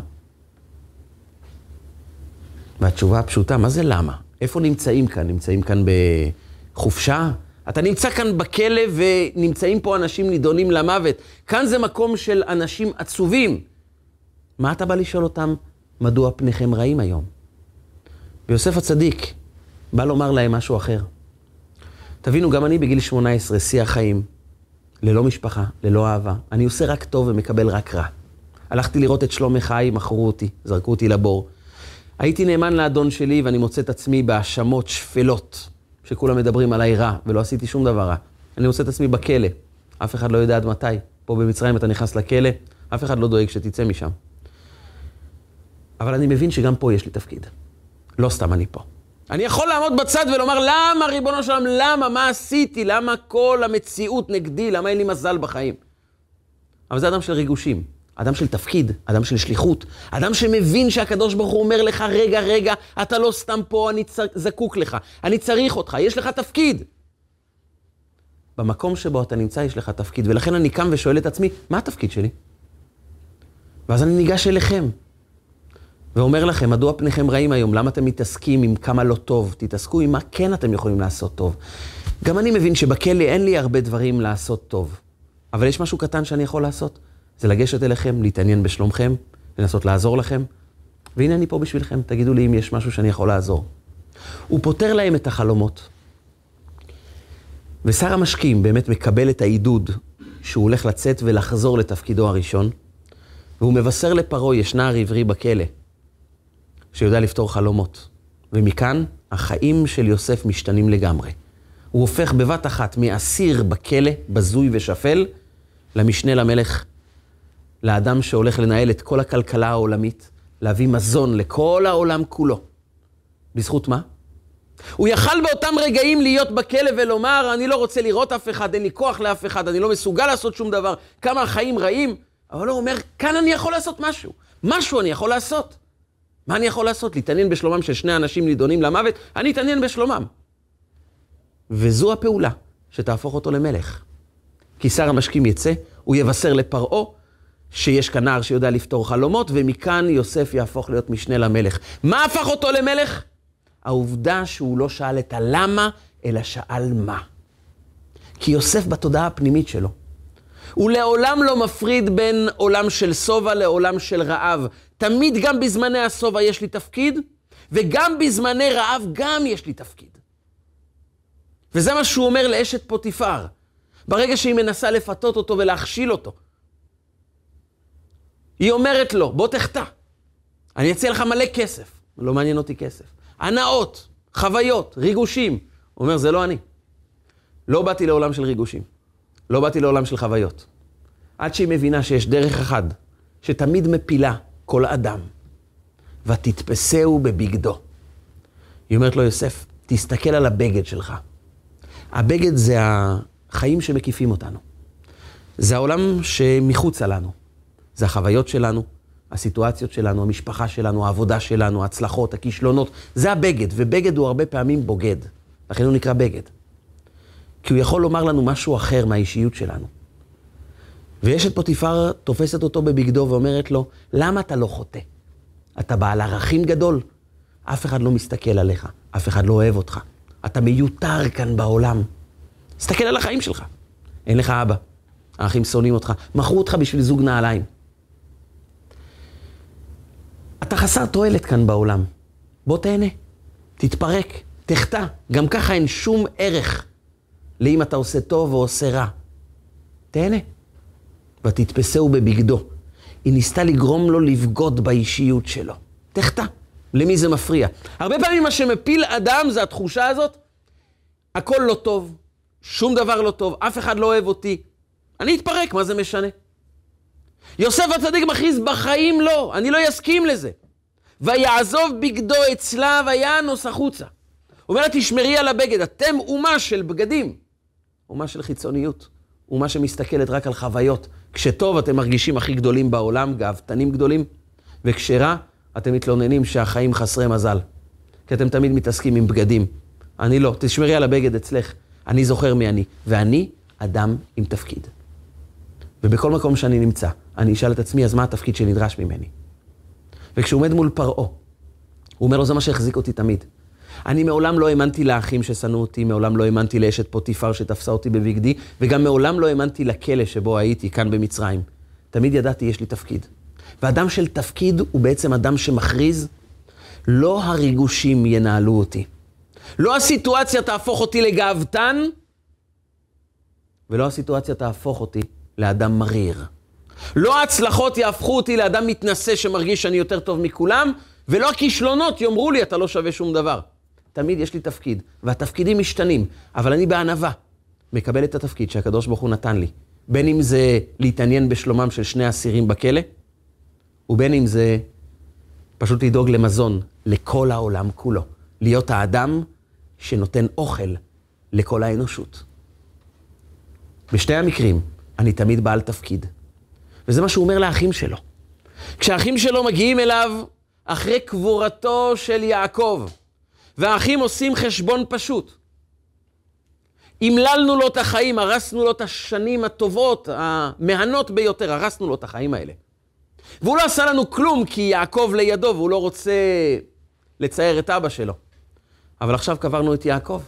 והתשובה הפשוטה, מה זה למה? איפה נמצאים כאן? נמצאים כאן בחופשה? אתה נמצא כאן בכלא ונמצאים פה אנשים נידונים למוות. כאן זה מקום של אנשים עצובים. מה אתה בא לשאול אותם? מדוע פניכם רעים היום? ויוסף הצדיק בא לומר להם משהו אחר. תבינו, גם אני בגיל 18, שיא החיים, ללא משפחה, ללא אהבה. אני עושה רק טוב ומקבל רק רע. הלכתי לראות את שלום חי, מכרו אותי, זרקו אותי לבור. הייתי נאמן לאדון שלי ואני מוצא את עצמי בהאשמות שפלות, שכולם מדברים עליי רע ולא עשיתי שום דבר רע. אני מוצא את עצמי בכלא, אף אחד לא יודע עד מתי. פה במצרים אתה נכנס לכלא, אף אחד לא דואג שתצא משם. אבל אני מבין שגם פה יש לי תפקיד. לא סתם אני פה. אני יכול לעמוד בצד ולומר, למה ריבונו של עולם, למה, מה עשיתי, למה כל המציאות נגדי, למה אין לי מזל בחיים? אבל זה אדם של ריגושים, אדם של תפקיד, אדם של שליחות, אדם שמבין שהקדוש ברוך הוא אומר לך, רגע, אתה לא סתם פה, אני זקוק לך, אני צריך אותך, יש לך תפקיד. במקום שבו אתה נמצא יש לך תפקיד, ולכן אני קם ושואל את עצמי, מה התפקיד שלי? ואז אני ניגש אליכם. ואומר לכם, מדוע פניכם רעים היום? למה אתם מתעסקים עם כמה לא טוב? תתעסקו עם מה כן אתם יכולים לעשות טוב. גם אני מבין שבכלא אין לי הרבה דברים לעשות טוב. אבל יש משהו קטן שאני יכול לעשות. זה לגשת אליכם, להתעניין בשלומכם, לנסות לעזור לכם. והנה אני פה בשבילכם, תגידו לי אם יש משהו שאני יכול לעזור. הוא פותר להם את החלומות. ושר המשקים באמת מקבל את העידוד שהוא הולך לצאת ולחזור לתפקידו הראשון. והוא מבשר לפרעה, יש נער עברי בכלא. שיודע לפתור חלומות. ומכאן החיים של יוסף משתנים לגמרי. הוא הופך בבת אחת מאסיר בכלא, בזוי ושפל, למשנה למלך, לאדם שהולך לנהל את כל הכלכלה העולמית, להביא מזון לכל העולם כולו. בזכות מה? הוא יכל באותם רגעים להיות בכלא ולומר, אני לא רוצה לראות אף אחד, אין לי כוח לאף אחד, אני לא מסוגל לעשות שום דבר, כמה החיים רעים, אבל הוא אומר, כאן אני יכול לעשות משהו. משהו אני יכול לעשות. מה אני יכול לעשות? להתעניין בשלומם של שני אנשים נידונים למוות? אני אתעניין בשלומם. וזו הפעולה שתהפוך אותו למלך. כי שר המשקים יצא, הוא יבשר לפרעה שיש כאן נער שיודע לפתור חלומות, ומכאן יוסף יהפוך להיות משנה למלך. מה הפך אותו למלך? העובדה שהוא לא שאל את הלמה, אלא שאל מה. כי יוסף בתודעה הפנימית שלו. הוא לעולם לא מפריד בין עולם של סובה לעולם של רעב. תמיד גם בזמני הסובה יש לי תפקיד, וגם בזמני רעב גם יש לי תפקיד. וזה מה שהוא אומר לאשת פוטיפר. ברגע שהיא מנסה לפתות אותו ולהכשיל אותו. היא אומרת לו, בוא תחטא. אני אציע לך מלא כסף. לא מעניין אותי כסף. הנאות, חוויות, ריגושים. הוא אומר, זה לא אני. לא באתי לעולם של ריגושים. לא באתי לעולם של חוויות. עד שהיא מבינה שיש דרך אחד, שתמיד מפילה כל אדם, ותתפסהו בבגדו. היא אומרת לו, יוסף, תסתכל על הבגד שלך. הבגד זה החיים שמקיפים אותנו. זה העולם שמחוץ לנו. זה החוויות שלנו, הסיטואציות שלנו, המשפחה שלנו, העבודה שלנו, ההצלחות, הכישלונות. זה הבגד, ובגד הוא הרבה פעמים בוגד. לכן הוא נקרא בגד. כי הוא יכול לומר לנו משהו אחר מהאישיות שלנו. ויש את פוטיפר תופסת אותו בבגדו ואומרת לו, למה אתה לא חוטא? אתה בעל ערכים גדול, אף אחד לא מסתכל עליך, אף אחד לא אוהב אותך. אתה מיותר כאן בעולם. תסתכל על החיים שלך. אין לך אבא, האחים שונאים אותך, מכרו אותך בשביל זוג נעליים. אתה חסר תועלת כאן בעולם. בוא תהנה, תתפרק, תחטא. גם ככה אין שום ערך לאם אתה עושה טוב או עושה רע. תהנה. ותתפסהו בבגדו. היא ניסתה לגרום לו לבגוד באישיות שלו. תחטא, למי זה מפריע? הרבה פעמים מה שמפיל אדם זה התחושה הזאת, הכל לא טוב, שום דבר לא טוב, אף אחד לא אוהב אותי. אני אתפרק, מה זה משנה? יוסף הצדיק מכריז בחיים לא, אני לא יסכים לזה. ויעזוב בגדו אצלה וינוס החוצה. הוא אומר לה, תשמרי על הבגד, אתם אומה של בגדים. אומה של חיצוניות, אומה שמסתכלת רק על חוויות. כשטוב אתם מרגישים הכי גדולים בעולם, גאוותנים גדולים, וכשרע אתם מתלוננים שהחיים חסרי מזל. כי אתם תמיד מתעסקים עם בגדים. אני לא, תשמרי על הבגד אצלך, אני זוכר מי אני, ואני אדם עם תפקיד. ובכל מקום שאני נמצא, אני אשאל את עצמי, אז מה התפקיד שנדרש ממני? וכשהוא עומד מול פרעה, הוא אומר לו, זה מה שהחזיק אותי תמיד. אני מעולם לא האמנתי לאחים ששנאו אותי, מעולם לא האמנתי לאשת פוטיפר שתפסה אותי בבגדי, וגם מעולם לא האמנתי לכלא שבו הייתי, כאן במצרים. תמיד ידעתי, יש לי תפקיד. ואדם של תפקיד הוא בעצם אדם שמכריז, לא הריגושים ינהלו אותי. לא הסיטואציה תהפוך אותי לגאוותן, ולא הסיטואציה תהפוך אותי לאדם מריר. לא ההצלחות יהפכו אותי לאדם מתנשא שמרגיש שאני יותר טוב מכולם, ולא הכישלונות יאמרו לי, אתה לא שווה שום דבר. תמיד יש לי תפקיד, והתפקידים משתנים, אבל אני בענווה מקבל את התפקיד שהקדוש ברוך הוא נתן לי. בין אם זה להתעניין בשלומם של שני אסירים בכלא, ובין אם זה פשוט לדאוג למזון לכל העולם כולו. להיות האדם שנותן אוכל לכל האנושות. בשתי המקרים אני תמיד בעל תפקיד. וזה מה שהוא אומר לאחים שלו. כשהאחים שלו מגיעים אליו אחרי קבורתו של יעקב, והאחים עושים חשבון פשוט. המללנו לו את החיים, הרסנו לו את השנים הטובות, המהנות ביותר, הרסנו לו את החיים האלה. והוא לא עשה לנו כלום כי יעקב לידו, והוא לא רוצה לצייר את אבא שלו. אבל עכשיו קברנו את יעקב.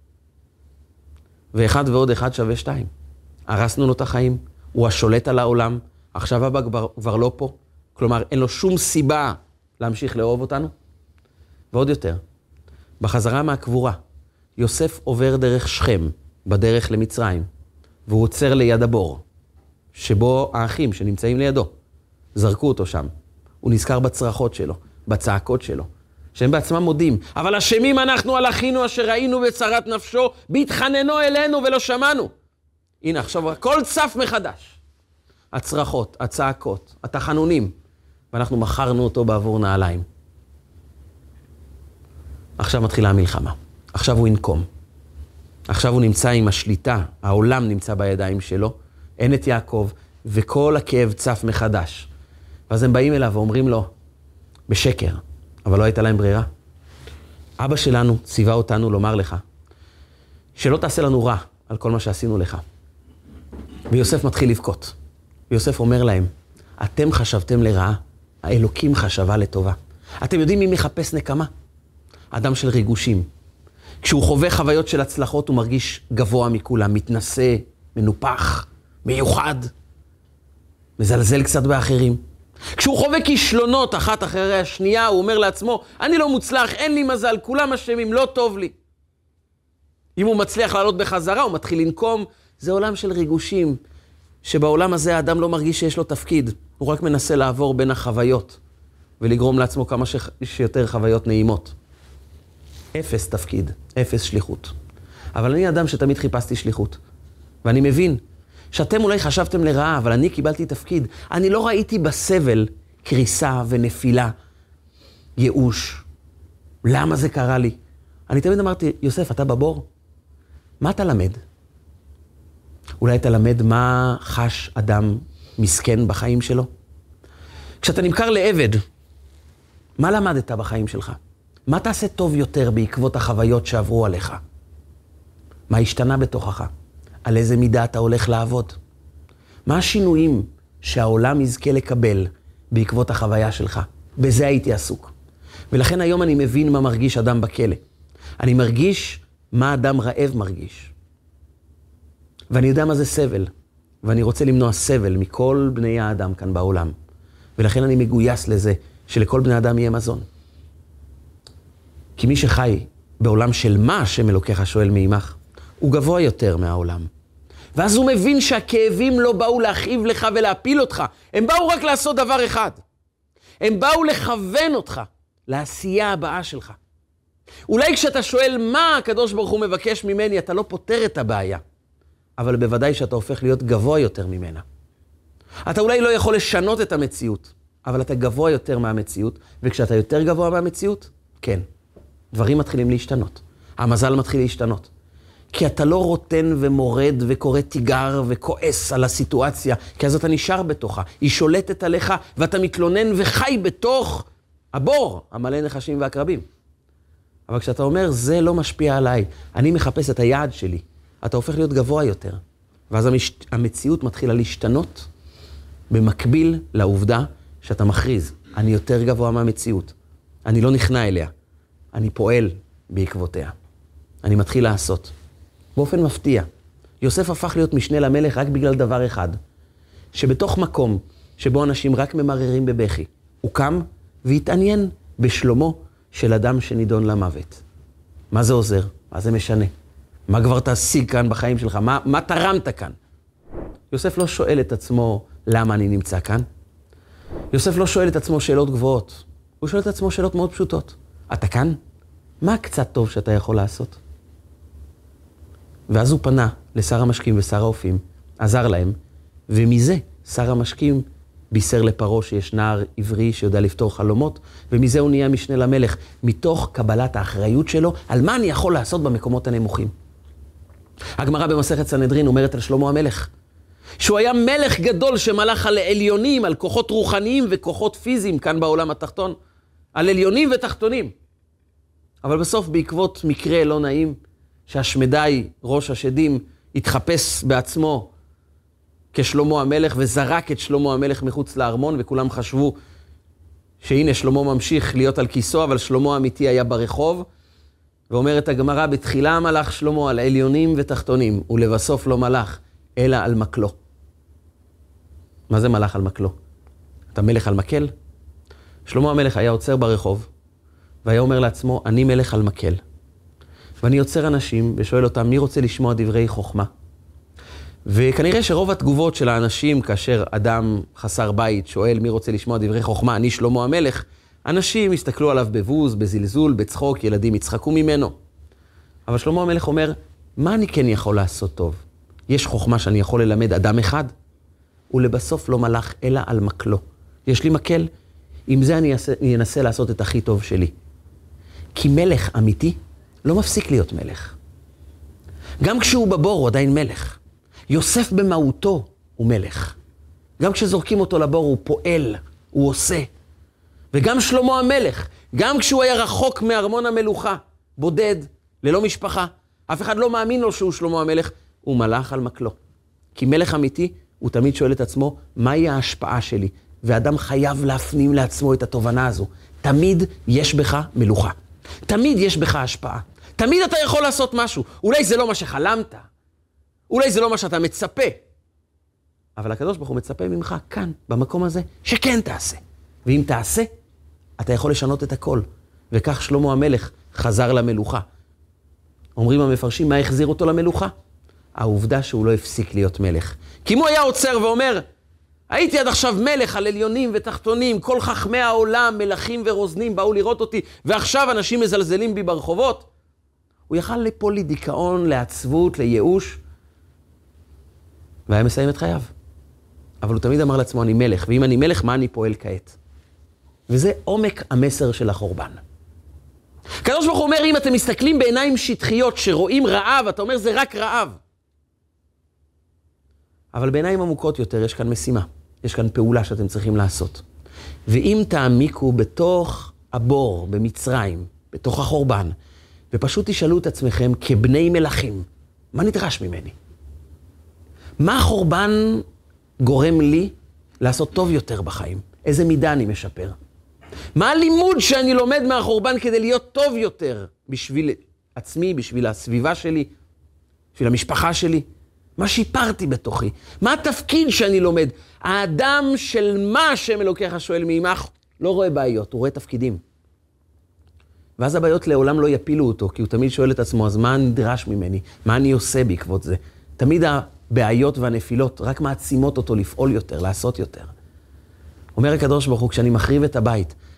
ואחד ועוד אחד שווה 2. הרסנו לו את החיים, הוא השולט על העולם, עכשיו אבא כבר לא פה. כלומר, אין לו שום סיבה להמשיך לאהוב אותנו. ועוד יותר, בחזרה מהקבורה, יוסף עובר דרך שכם, בדרך למצרים, והוא עוצר ליד הבור, שבו האחים שנמצאים לידו, זרקו אותו שם. הוא נזכר בצרחות שלו, בצעקות שלו, שהם בעצמם מודים. אבל אשמים אנחנו על אחינו אשר ראינו בצרת נפשו, בהתחננו אלינו ולא שמענו. הנה, עכשיו הכל צף מחדש. הצרחות, הצעקות, התחנונים, ואנחנו מכרנו אותו בעבור נעליים. עכשיו מתחילה המלחמה. עכשיו הוא ינקום. עכשיו הוא נמצא עם השליטה, העולם נמצא בידיים שלו, אין את יעקב, וכל הכאב צף מחדש. ואז הם באים אליו ואומרים לו, בשקר, אבל לא הייתה להם ברירה. אבא שלנו ציווה אותנו לומר לך, שלא תעשה לנו רע על כל מה שעשינו לך. ויוסף מתחיל לבכות. ויוסף אומר להם, אתם חשבתם לרעה, האלוקים חשבה לטובה. אתם יודעים מי מחפש נקמה? אדם של ריגושים. כשהוא חווה חוויות של הצלחות, הוא מרגיש גבוה מכולם, מתנשא, מנופח, מיוחד, מזלזל קצת באחרים. כשהוא חווה כישלונות אחת אחרי השנייה, הוא אומר לעצמו, אני לא מוצלח, אין לי מזל, כולם אשמים, לא טוב לי. אם הוא מצליח לעלות בחזרה, הוא מתחיל לנקום. זה עולם של ריגושים, שבעולם הזה האדם לא מרגיש שיש לו תפקיד. הוא רק מנסה לעבור בין החוויות, ולגרום לעצמו כמה שיותר חוויות נעימות. אפס תפקיד, אפס שליחות. אבל אני אדם שתמיד חיפשתי שליחות. ואני מבין שאתם אולי חשבתם לרעה, אבל אני קיבלתי תפקיד. אני לא ראיתי בסבל קריסה ונפילה, ייאוש. למה זה קרה לי? אני תמיד אמרתי, יוסף, אתה בבור? מה אתה למד? אולי אתה למד מה חש אדם מסכן בחיים שלו? כשאתה נמכר לעבד, מה למדת בחיים שלך? מה תעשה טוב יותר בעקבות החוויות שעברו עליך? מה השתנה בתוכך? על איזה מידה אתה הולך לעבוד? מה השינויים שהעולם יזכה לקבל בעקבות החוויה שלך? בזה הייתי עסוק. ולכן היום אני מבין מה מרגיש אדם בכלא. אני מרגיש מה אדם רעב מרגיש. ואני יודע מה זה סבל. ואני רוצה למנוע סבל מכל בני האדם כאן בעולם. ולכן אני מגויס לזה שלכל בני האדם יהיה מזון. כי מי שחי בעולם של מה השם אלוקיך שואל מעמך, הוא גבוה יותר מהעולם. ואז הוא מבין שהכאבים לא באו להכאיב לך ולהפיל אותך. הם באו רק לעשות דבר אחד. הם באו לכוון אותך לעשייה הבאה שלך. אולי כשאתה שואל מה הקדוש ברוך הוא מבקש ממני, אתה לא פותר את הבעיה, אבל בוודאי שאתה הופך להיות גבוה יותר ממנה. אתה אולי לא יכול לשנות את המציאות, אבל אתה גבוה יותר מהמציאות, וכשאתה יותר גבוה מהמציאות, כן, דברים מתחילים להשתנות. המזל מתחיל להשתנות. כי אתה לא רוטן ומורד וקורא תיגר וכועס על הסיטואציה, כי אז אתה נשאר בתוכה, היא שולטת עליך, ואתה מתלונן וחי בתוך הבור, המלא נחשים ועקרבים. אבל כשאתה אומר, זה לא משפיע עליי, אני מחפש את היעד שלי, אתה הופך להיות גבוה יותר. ואז המציאות מתחילה להשתנות, במקביל לעובדה שאתה מכריז, אני יותר גבוה מהמציאות. אני לא נכנע אליה, אני פועל בעקבותיה. אני מתחיל לעשות. באופן מפתיע, יוסף הפך להיות משנה למלך רק בגלל דבר אחד, שבתוך מקום שבו אנשים רק ממררים בבכי, הוא קם והתעניין בשלומו של אדם שנידון למוות. מה זה עוזר? מה זה משנה? מה כבר תשיג כאן בחיים שלך? מה תרמת כאן? יוסף לא שואל את עצמו למה אני נמצא כאן. יוסף לא שואל את עצמו שאלות גבוהות. הוא שואל את עצמו שאלות מאוד פשוטות. אתה כאן? מה קצת טוב שאתה יכול לעשות? ואז הוא פנה לשר המשקים ושר האופים, עזר להם, ומזה שר המשקים בישר לפרעה שיש נער עברי שיודע לפתור חלומות, ומזה הוא נהיה משנה למלך, מתוך קבלת האחריות שלו על מה אני יכול לעשות במקומות הנמוכים. הגמרא במסכת סנהדרין אומרת על שלמה המלך, שהוא היה מלך גדול שמלך על עליונים, על כוחות רוחניים וכוחות פיזיים כאן בעולם התחתון, על עליונים ותחתונים. אבל בסוף בעקבות מקרה לא נעים, שהשמדי, ראש השדים, התחפש בעצמו כשלמה המלך וזרק את שלמה המלך מחוץ לארמון, וכולם חשבו שהנה שלמה ממשיך להיות על כיסו, אבל שלמה האמיתי היה ברחוב, ואומרת הגמרא, בתחילה מלך שלמה על עליונים ותחתונים, ולבסוף לא מלך, אלא על מקלו. מה זה מלך על מקלו? אתה מלך על מקל? שלמה המלך היה עוצר ברחוב, והיה אומר לעצמו, אני מלך על מקל. ואני יוצר אנשים ושואל אותם, מי רוצה לשמוע דברי חוכמה? וכנראה שרוב התגובות של האנשים, כאשר אדם חסר בית שואל מי רוצה לשמוע דברי חוכמה, אני שלמה המלך, אנשים יסתכלו עליו בבוז, בזלזול, בצחוק, ילדים יצחקו ממנו. אבל שלמה המלך אומר, מה אני כן יכול לעשות טוב? יש חוכמה שאני יכול ללמד אדם אחד, ולבסוף לא מלך אלא על מקלו. יש לי מקל, עם זה אני אנסה לעשות את הכי טוב שלי. כי מלך אמיתי לא מפסיק להיות מלך. גם כשהוא בבור הוא עדיין מלך. יוסף במהותו הוא מלך. גם כשזורקים אותו לבור הוא פועל, הוא עושה. וגם שלמה המלך, גם כשהוא היה רחוק מארמון המלוכה, בודד, ללא משפחה, אף אחד לא מאמין לו שהוא שלמה המלך, הוא מלך על מקלו. כי מלך אמיתי, הוא תמיד שואל את עצמו, מהי ההשפעה שלי? ואדם חייב להפנים לעצמו את התובנה הזו. תמיד יש בך מלוכה. תמיד יש בך השפעה. תמיד אתה יכול לעשות משהו. אולי זה לא מה שחלמת. אולי זה לא מה שאתה מצפה. אבל הקדוש ברוך הוא מצפה ממך כאן, במקום הזה, שכן תעשה. ואם תעשה, אתה יכול לשנות את הכל. וכך שלמה המלך חזר למלוכה. אומרים המפרשים, מה החזיר אותו למלוכה? העובדה שהוא לא הפסיק להיות מלך. כי אם הוא היה עוצר ואומר, הייתי עד עכשיו מלך על עליונים ותחתונים, כל חכמי העולם, מלכים ורוזנים באו לראות אותי, ועכשיו אנשים מזלזלים בי ברחובות, הוא יכל ליפול לדיכאון, לעצבות, לייאוש, והיה מסיים את חייו. אבל הוא תמיד אמר לעצמו, אני מלך, ואם אני מלך, מה אני פועל כעת? וזה עומק המסר של החורבן. הקדוש ברוך הוא אומר, אם אתם מסתכלים בעיניים שטחיות שרואים רעב, אתה אומר, זה רק רעב. אבל בעיניים עמוקות יותר יש כאן משימה, יש כאן פעולה שאתם צריכים לעשות. ואם תעמיקו בתוך הבור, במצרים, בתוך החורבן, ופשוט תשאלו את עצמכם כבני מלכים, מה נדרש ממני? מה החורבן גורם לי לעשות טוב יותר בחיים? איזה מידה אני משפר? מה הלימוד שאני לומד מהחורבן כדי להיות טוב יותר בשביל עצמי, בשביל הסביבה שלי, בשביל המשפחה שלי? מה שיפרתי בתוכי? מה התפקיד שאני לומד? האדם של מה השם אלוקיך שואל מעמך לא רואה בעיות, הוא רואה תפקידים. ואז הבעיות לעולם לא יפילו אותו, כי הוא תמיד שואל את עצמו, אז מה נדרש ממני? מה אני עושה בעקבות זה? תמיד הבעיות והנפילות רק מעצימות אותו לפעול יותר, לעשות יותר. אומר הקדוש ברוך הוא, כשאני מחריב את הבית,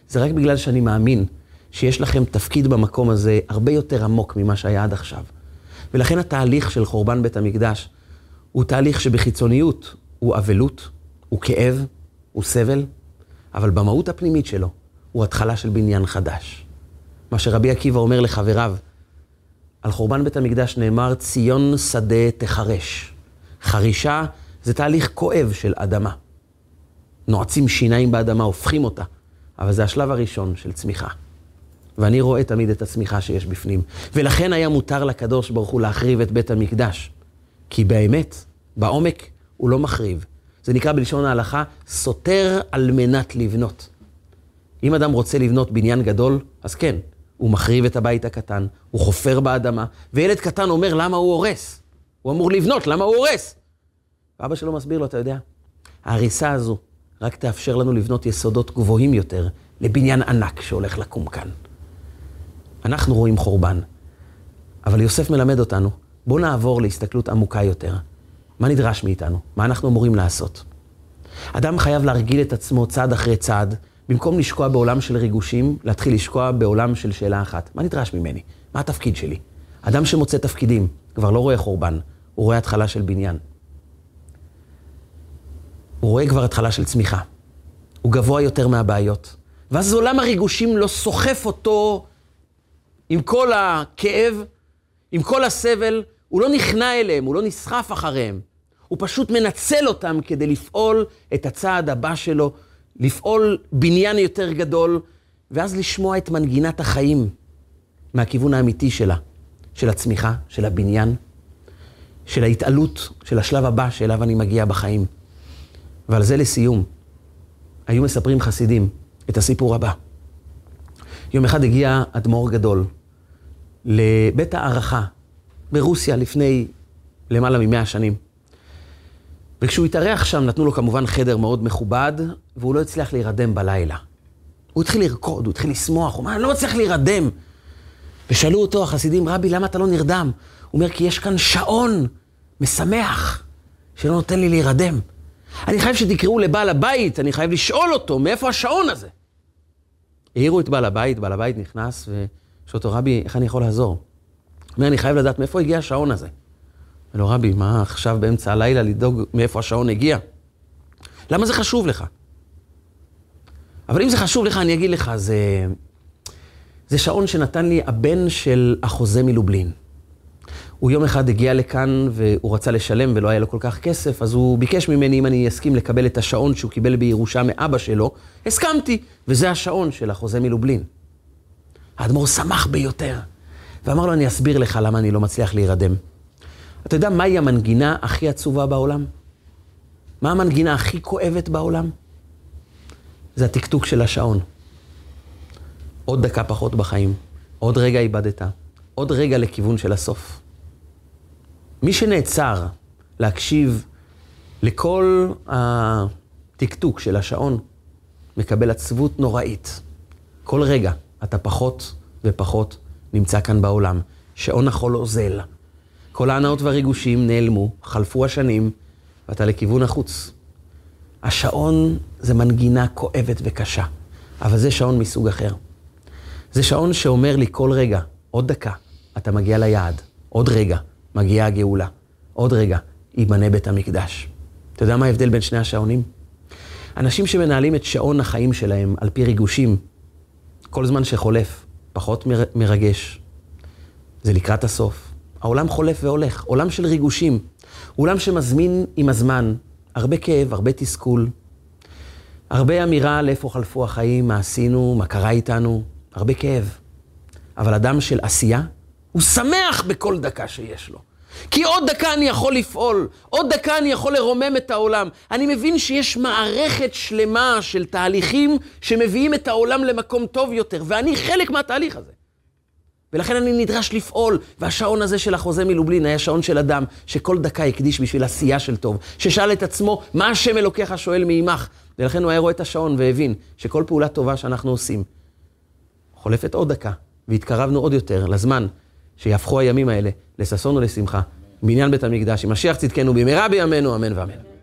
זה רק בגלל שאני מאמין שיש לכם תפקיד במקום הזה הרבה יותר עמוק ממה שהיה עד עכשיו. ולכן התהליך של חורבן בית המקדש הוא תהליך שבחיצוניות הוא אבלות, הוא כאב, הוא סבל, אבל במהות הפנימית שלו הוא התחלה של בניין חדש. מה שרבי עקיבא אומר לחבריו, על חורבן בית המקדש נאמר ציון שדה תחרש. חרישה זה תהליך כואב של אדמה. נועצים שיניים באדמה, הופכים אותה, אבל זה השלב הראשון של צמיחה. ואני רואה תמיד את הצמיחה שיש בפנים. ולכן היה מותר לקדוש ברוך הוא להחריב את בית המקדש. כי באמת, בעומק הוא לא מחריב. זה נקרא בלשון ההלכה, סותר על מנת לבנות. אם אדם רוצה לבנות בניין גדול, אז כן, הוא מחריב את הבית הקטן, הוא חופר באדמה, וילד קטן אומר למה הוא הורס. הוא אמור לבנות, למה הוא הורס? ואבא שלו מסביר לו, אתה יודע, ההריסה הזו רק תאפשר לנו לבנות יסודות גבוהים יותר לבניין ענק שהולך לקום כאן. אנחנו רואים חורבן, אבל יוסף מלמד אותנו, בוא נעבור להסתכלות עמוקה יותר. מה נדרש מאיתנו? מה אנחנו אמורים לעשות? אדם חייב להרגיל את עצמו צעד אחרי צעד, במקום לשקוע בעולם של ריגושים, להתחיל לשקוע בעולם של שאלה אחת. מה נדרש ממני? מה התפקיד שלי? אדם שמוצא תפקידים, כבר לא רואה חורבן, הוא רואה התחלה של בניין. הוא רואה כבר התחלה של צמיחה. הוא גבוה יותר מהבעיות. ואז עולם הריגושים לא סוחף אותו עם כל הכאב, עם כל הסבל, הוא לא נכנע אליהם, הוא לא נסחף אחריהם. הוא פשוט מנצל אותם כדי לפעול את הצעד הבא שלו, לפעול בניין יותר גדול, ואז לשמוע את מנגינת החיים מהכיוון האמיתי שלה, של הצמיחה, של הבניין, של ההתעלות, של השלב הבא שאליו אני מגיע בחיים. ועל זה לסיום, היו מספרים חסידים את הסיפור הבא. יום אחד הגיע אדמו"ר גדול לבית הערכה ברוסיה לפני למעלה מ100 שנים. וכשהוא התארח שם, נתנו לו כמובן חדר מאוד מכובד, והוא לא הצליח להירדם בלילה. הוא התחיל לרקוד, הוא התחיל לשמוח, הוא אמר, אני לא מצליח להירדם. ושאלו אותו החסידים, רבי, למה אתה לא נרדם? הוא אומר, כי יש כאן שעון משמח, שלא נותן לי להירדם. אני חייב שתקראו לבעל הבית, אני חייב לשאול אותו, מאיפה השעון הזה? העירו את בעל הבית נכנס, ושאל אותו, רבי, איך אני יכול לעזור? הוא אומר, אני חייב לדעת מאיפה הגיע השעון הזה. ולא, רבי, מה עכשיו באמצע הלילה לדאוג מאיפה השעון הגיע? למה זה חשוב לך? אבל אם זה חשוב לך, אני אגיד לך, זה שעון שנתן לי הבן של החוזה מלובלין. הוא יום אחד הגיע לכאן והוא רצה לשלם ולא היה לו כל כך כסף, אז הוא ביקש ממני אם אני אסכים לקבל את השעון שהוא קיבל בירושה מאבא שלו. הסכמתי, וזה השעון של החוזה מלובלין. האדמו"ר שמח ביותר, ואמר לו, אני אסביר לך למה אני לא מצליח להירדם. אתה יודע מהי המנגינה הכי עצובה בעולם? מה המנגינה הכי כואבת בעולם? זה התקתוק של השעון. עוד דקה פחות בחיים, עוד רגע איבדת, עוד רגע לכיוון של הסוף. מי שנעצר להקשיב לכל התקתוק של השעון, מקבל עצבות נוראית. כל רגע אתה פחות ופחות נמצא כאן בעולם. שעון החול אוזל. כל ההנאות והריגושים נעלמו, חלפו השנים, ואתה לכיוון החוץ. השעון זה מנגינה כואבת וקשה, אבל זה שעון מסוג אחר. זה שעון שאומר לי כל רגע, עוד דקה, אתה מגיע ליעד, עוד רגע, מגיעה הגאולה, עוד רגע, ייבנה בית המקדש. אתה יודע מה ההבדל בין שני השעונים? אנשים שמנהלים את שעון החיים שלהם על פי ריגושים, כל זמן שחולף, פחות מרגש. זה לקראת הסוף. העולם חולף והולך, עולם של ריגושים, עולם שמזמין עם הזמן, הרבה כאב, הרבה תסכול, הרבה אמירה לאיפה חלפו החיים, מה עשינו, מה קרה איתנו, הרבה כאב. אבל אדם של עשייה, הוא שמח בכל דקה שיש לו. כי עוד דקה אני יכול לפעול, עוד דקה אני יכול לרומם את העולם. אני מבין שיש מערכת שלמה של תהליכים שמביאים את העולם למקום טוב יותר, ואני חלק מהתהליך הזה. ולכן אני נדרש לפעול, והשעון הזה של החוזה מלובלין היה שעון של אדם שכל דקה הקדיש בשביל עשייה של טוב, ששאל את עצמו מה השם אלוקיך שואל מעמך, ולכן הוא היה רואה את השעון והבין שכל פעולה טובה שאנחנו עושים, חולפת עוד דקה, והתקרבנו עוד יותר לזמן שיהפכו הימים האלה לששון ולשמחה, בניין בית המקדש, עם משיח צדקנו במהרה בימינו, אמן ואמן.